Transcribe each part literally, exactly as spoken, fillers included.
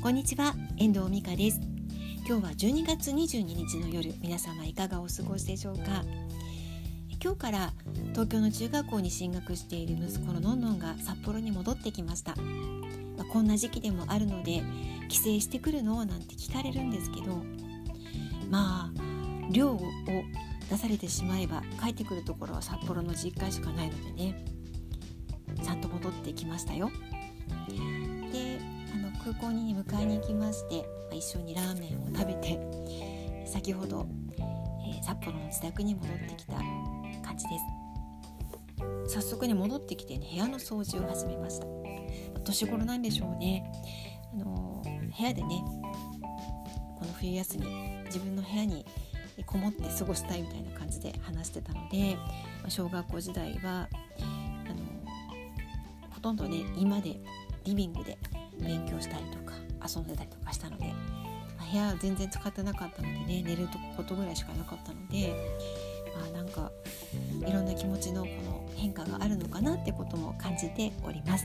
こんにちは、遠藤美香です。今日はじゅうにがつにじゅうににちの夜、皆様いかがお過ごしでしょうか。今日から東京の中学校に進学している息子ののんのんが札幌に戻ってきました。まあ、こんな時期でもあるので帰省してくるのなんて聞かれるんですけど、まあ寮を出されてしまえば帰ってくるところは札幌の実家しかないのでね、ちゃんと戻ってきましたよ。で、あの空港に迎えに行きまして、まあ、一緒にラーメンを食べて、先ほど、えー、札幌の自宅に戻ってきた感じです。早速ね戻ってきて、ね、部屋の掃除を始めました。年頃なんでしょうね。あの部屋でね、この冬休み自分の部屋にこもって過ごしたいみたいな感じで話してたので、小学校時代はあのほとんどね居間でリビングで勉強したりとか遊んでたりとかしたので、部屋全然使ってなかったのでね、寝ることぐらいしかなかったので、まあ、なんかいろんな気持ちのこの変化があるのかなってことも感じております。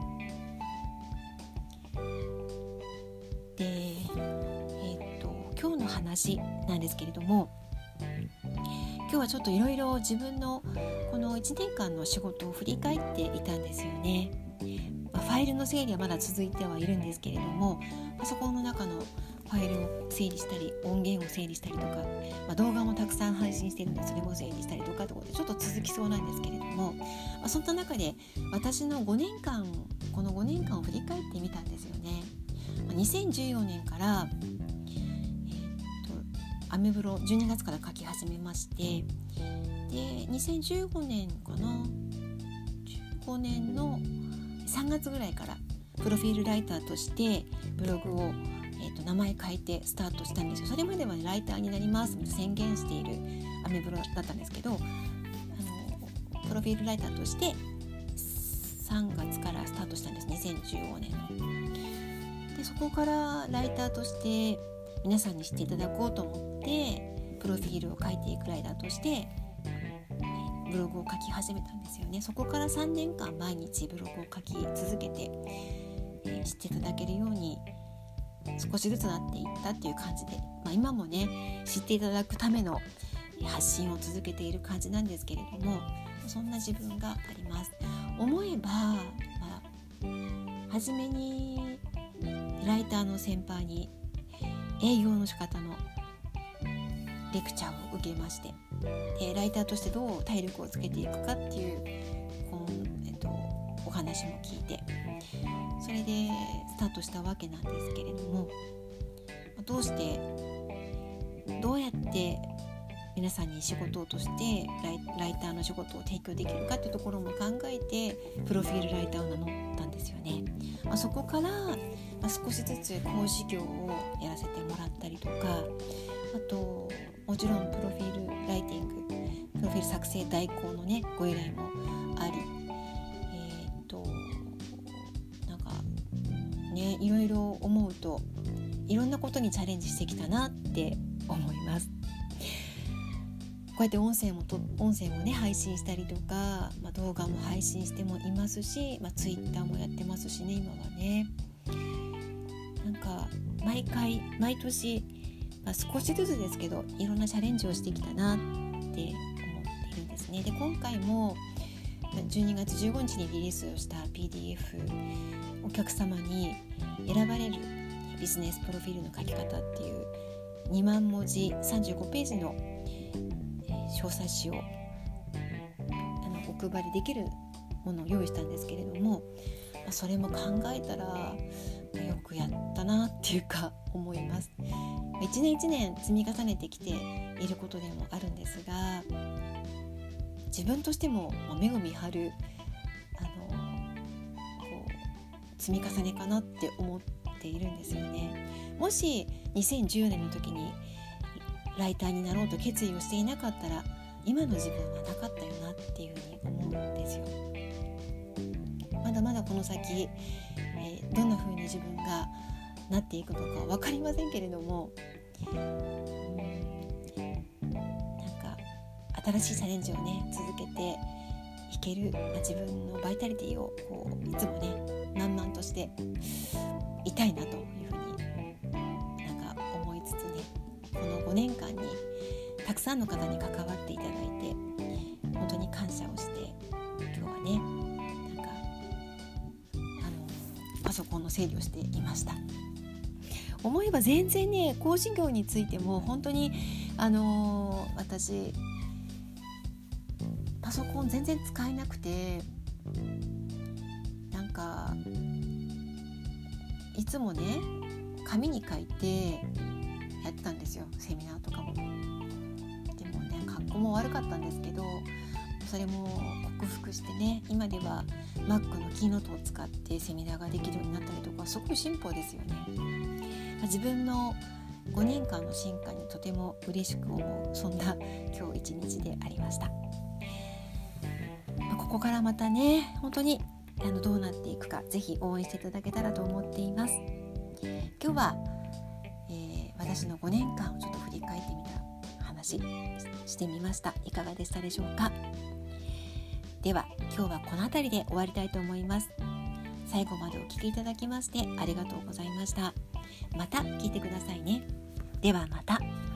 で、えー、っと今日の話なんですけれども、今日はちょっといろいろ自分のこのいちねんかんの仕事を振り返っていたんですよね。まあ、ファイルの整理はまだ続いてはいるんですけれども、パソコンの中のファイルを整理したり音源を整理したりとか、まあ、動画もたくさん配信しているのでそれも整理したりとかということでちょっと続きそうなんですけれども、まあ、そんな中で私のごねんかんこのごねんかんを振り返ってみたんですよね。まあ、にせんじゅうよねんから、えー、っとアメブロじゅうにがつから書き始めまして、でにせんじゅうごねんかなじゅうごねんのさんがつぐらいからプロフィールライターとしてブログを、えー、と名前変えてスタートしたんですよ。それまでは、ね、ライターになりますと宣言しているアメブロだったんですけど、あのプロフィールライターとしてさんがつからスタートしたんです。にせんじゅうごねんので、そこからライターとして皆さんに知っていただこうと思ってプロフィールを書いていくライターとしてブログを書き始めたんですよね。そこからさんねんかん毎日ブログを書き続けて、えー、知っていただけるように少しずつなっていったっていう感じで、まあ、今もね知っていただくための発信を続けている感じなんですけれども、そんな自分があります。思えば、まあ、初めにライターの先輩に営業の仕方のレクチャーを受けまして、えー、ライターとしてどう体力をつけていくかっていうこう、えっと、お話も聞いて、それでスタートしたわけなんですけれども、どうしてどうやって皆さんに仕事としてライ、ライターの仕事を提供できるかっていうところも考えてプロフィールライターを名乗ったんですよね。まあ、そこから、まあ、少しずつ講師業をやらせてもらったりとか、あともちろんプロフィールライティングプロフィール作成代行のねご依頼もあり、えー、っとなんかねいろいろ思うといろんなことにチャレンジしてきたなって思います。こうやって音声もと音声もね配信したりとか、まあ、動画も配信してもいますし、まあ、ツイッターもやってますしね、今はね。なんか毎回毎年、まあ、少しずつですけどいろんなチャレンジをしてきたなって思っているんですね。で、今回もじゅうにがつじゅうごにちにリリースをした ピーディーエフ お客様に選ばれるビジネスプロフィールの書き方っていうにまんもじさんじゅうごページの小冊子をあのお配りできるものを用意したんですけれども、それも考えたらよくやったなっていうか思います。一年一年積み重ねてきていることでもあるんですが、自分としても目を見張るあのこう積み重ねかなって思っているんですよね。もしにせんじゅうねんの時にライターになろうと決意をしていなかったら今の自分はなかったよなっていうふうに思うんですよ。まだまだこの先、えー、どんな風に自分がなっていくのか分かりませんけれども、うん、なんか新しいチャレンジをね続けていける、まあ、自分のバイタリティをこういつもね満々としていたいなというふうになんか思いつつね、このごねんかんにたくさんの方に関わっていただいて本当に感謝をして、今日はねなんかあのパソコンの整理をしていました。思えば全然ね、講師業についても本当にあのー、私パソコン全然使えなくて、なんかいつもね紙に書いてやってたんですよ、セミナーとかも。でもね格好も悪かったんですけど、それも克服してね、今では Mac のキーノートを使ってセミナーができるようになったりとか、すごい進歩ですよね。自分のごねんかんの進化にとても嬉しく思う、そんな今日一日でありました。ここからまたね本当にあのどうなっていくか、ぜひ応援していただけたらと思っています。今日は、えー、私のごねんかんをちょっと振り返ってみた話してみました。いかがでしたでしょうか。では今日はこの辺りで終わりたいと思います。最後までお聞きいただきましてありがとうございました。また聞いてくださいね。ではまた。